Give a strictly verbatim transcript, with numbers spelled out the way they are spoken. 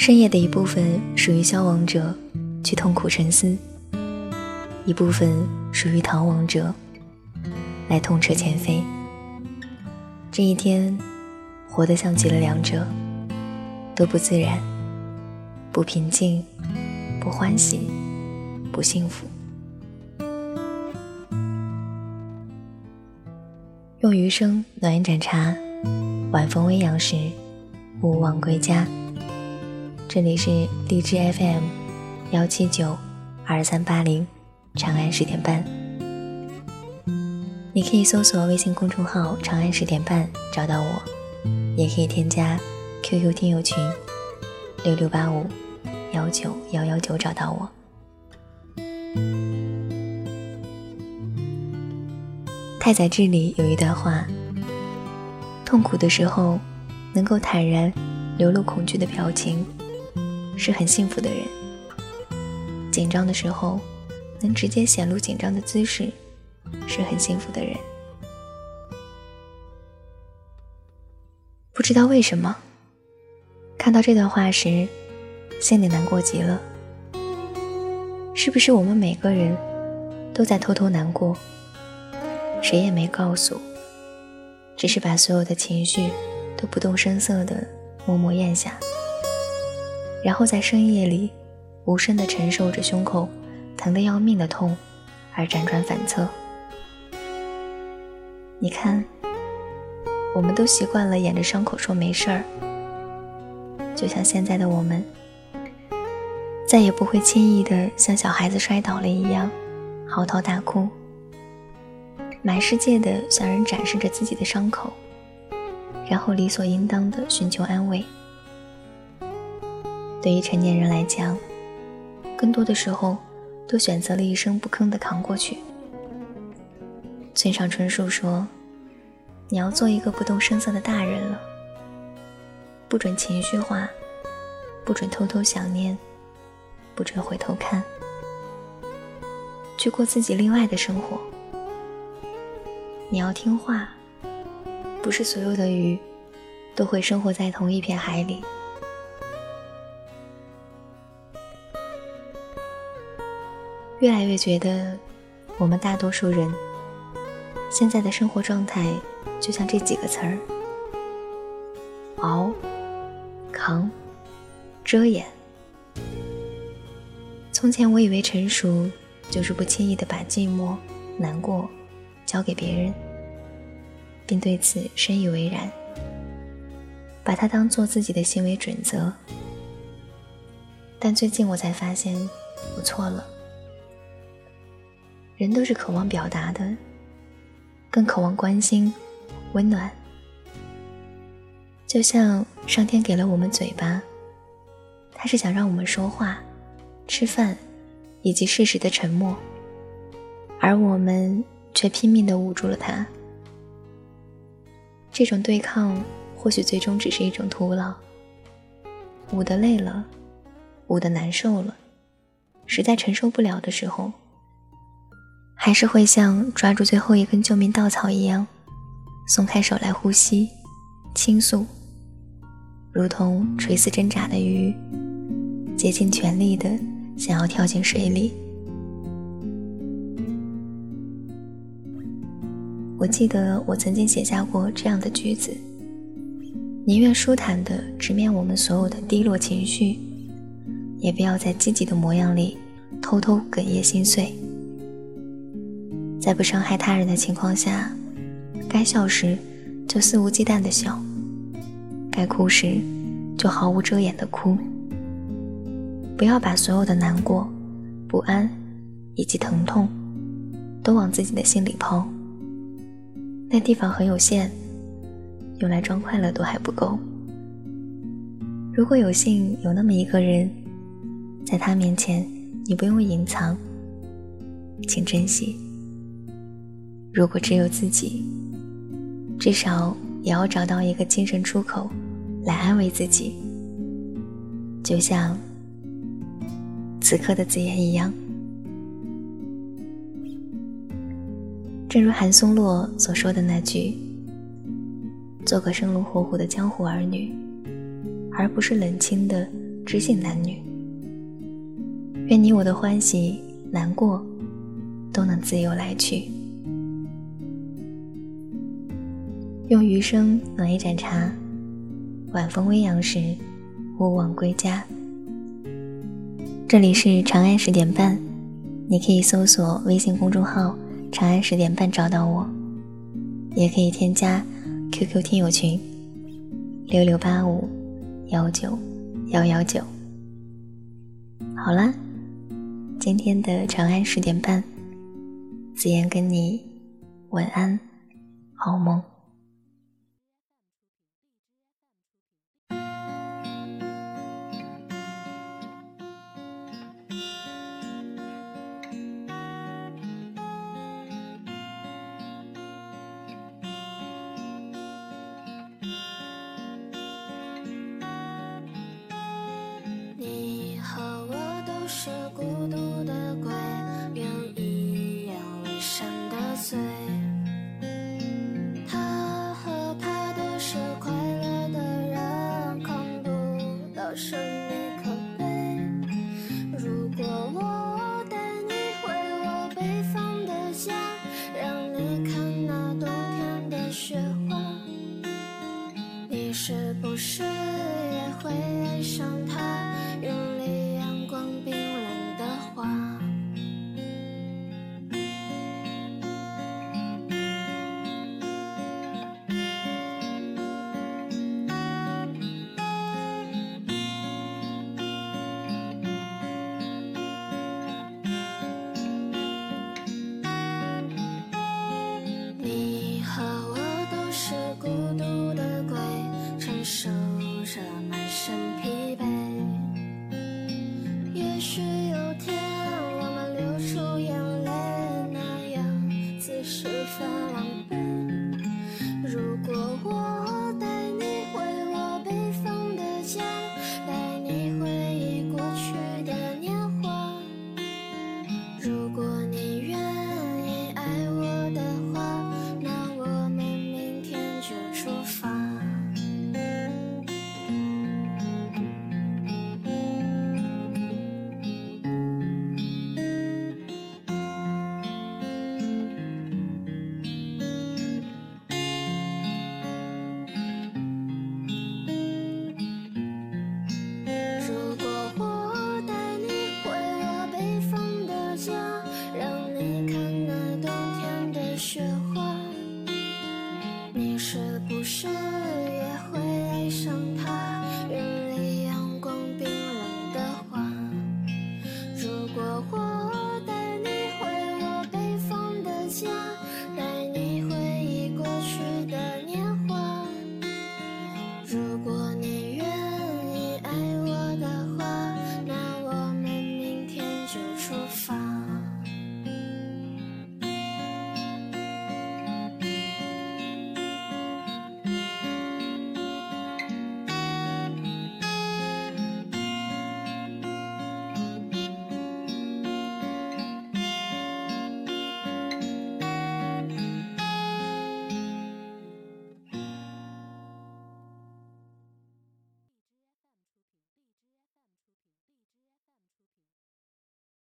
深夜的一部分属于消亡者去痛苦沉思，一部分属于逃亡者来痛彻前非。这一天活得像极了两者，都不自然，不平静，不欢喜，不幸福。用余生暖一盏茶，晚风微扬时勿忘归家。这里是荔枝 F M 一七九二三八零长安十点半，你可以搜索微信公众号长安十点半找到我，也可以添加 Q Q 听友群六六八五幺九幺幺九找到我。太宰治里有一段话，痛苦的时候能够坦然流露恐惧的表情是很幸福的人，紧张的时候能直接显露紧张的姿势是很幸福的人。不知道为什么看到这段话时心里难过极了，是不是我们每个人都在偷偷难过，谁也没告诉，只是把所有的情绪都不动声色地默默咽下，然后在深夜里无声地承受着胸口疼得要命的痛而辗转反侧。你看，我们都习惯了掩着伤口说没事儿，就像现在的我们再也不会轻易地像小孩子摔倒了一样嚎啕大哭，满世界地向人展示着自己的伤口，然后理所应当地寻求安慰。对于成年人来讲，更多的时候都选择了一声不吭地扛过去。村上春树说，你要做一个不动声色的大人了，不准情绪化，不准偷偷想念，不准回头看，去过自己另外的生活。你要听话，不是所有的鱼都会生活在同一片海里。越来越觉得我们大多数人现在的生活状态就像这几个词儿：熬、扛、遮掩。从前我以为成熟就是不轻易地把寂寞、难过交给别人，并对此深以为然，把它当作自己的行为准则。但最近我才发现我错了。人都是渴望表达的，更渴望关心、温暖。就像上天给了我们嘴巴，它是想让我们说话、吃饭以及适时的沉默，而我们却拼命地捂住了它。这种对抗或许最终只是一种徒劳，捂得累了，捂得难受了，实在承受不了的时候，还是会像抓住最后一根救命稻草一样，松开手来呼吸、倾诉，如同垂死挣扎的鱼，竭尽全力地想要跳进水里。我记得我曾经写下过这样的句子：宁愿舒坦地直面我们所有的低落情绪，也不要在积极的模样里偷偷哽咽心碎。在不伤害他人的情况下，该笑时就肆无忌惮地笑，该哭时就毫无遮掩地哭。不要把所有的难过、不安以及疼痛都往自己的心里抛，那地方很有限，用来装快乐都还不够。如果有幸有那么一个人，在他面前你不用隐藏，请珍惜。如果只有自己，至少也要找到一个精神出口来安慰自己，就像此刻的字眼一样。正如韩松洛所说的那句，做个生龙活虎的江湖儿女，而不是冷清的知性男女。愿你我的欢喜难过都能自由来去。用余生暖一盏茶，晚风微扬时勿忘归家。这里是长安十点半，你可以搜索微信公众号长安十点半找到我，也可以添加 Q Q 听友群六六八五幺九幺幺九。好啦，今天的长安十点半，子言跟你晚安，好梦。 你和我都是孤独的鬼，用一样微善的嘴。他和他都是快乐的人，看不到生离可悲。如果我带你回我北方的家，让你看那冬天的雪花，你是不是也会爱上他？用力阳光冰冷的花，你和我都是孤独的鬼，承受着满身疲惫。也许有天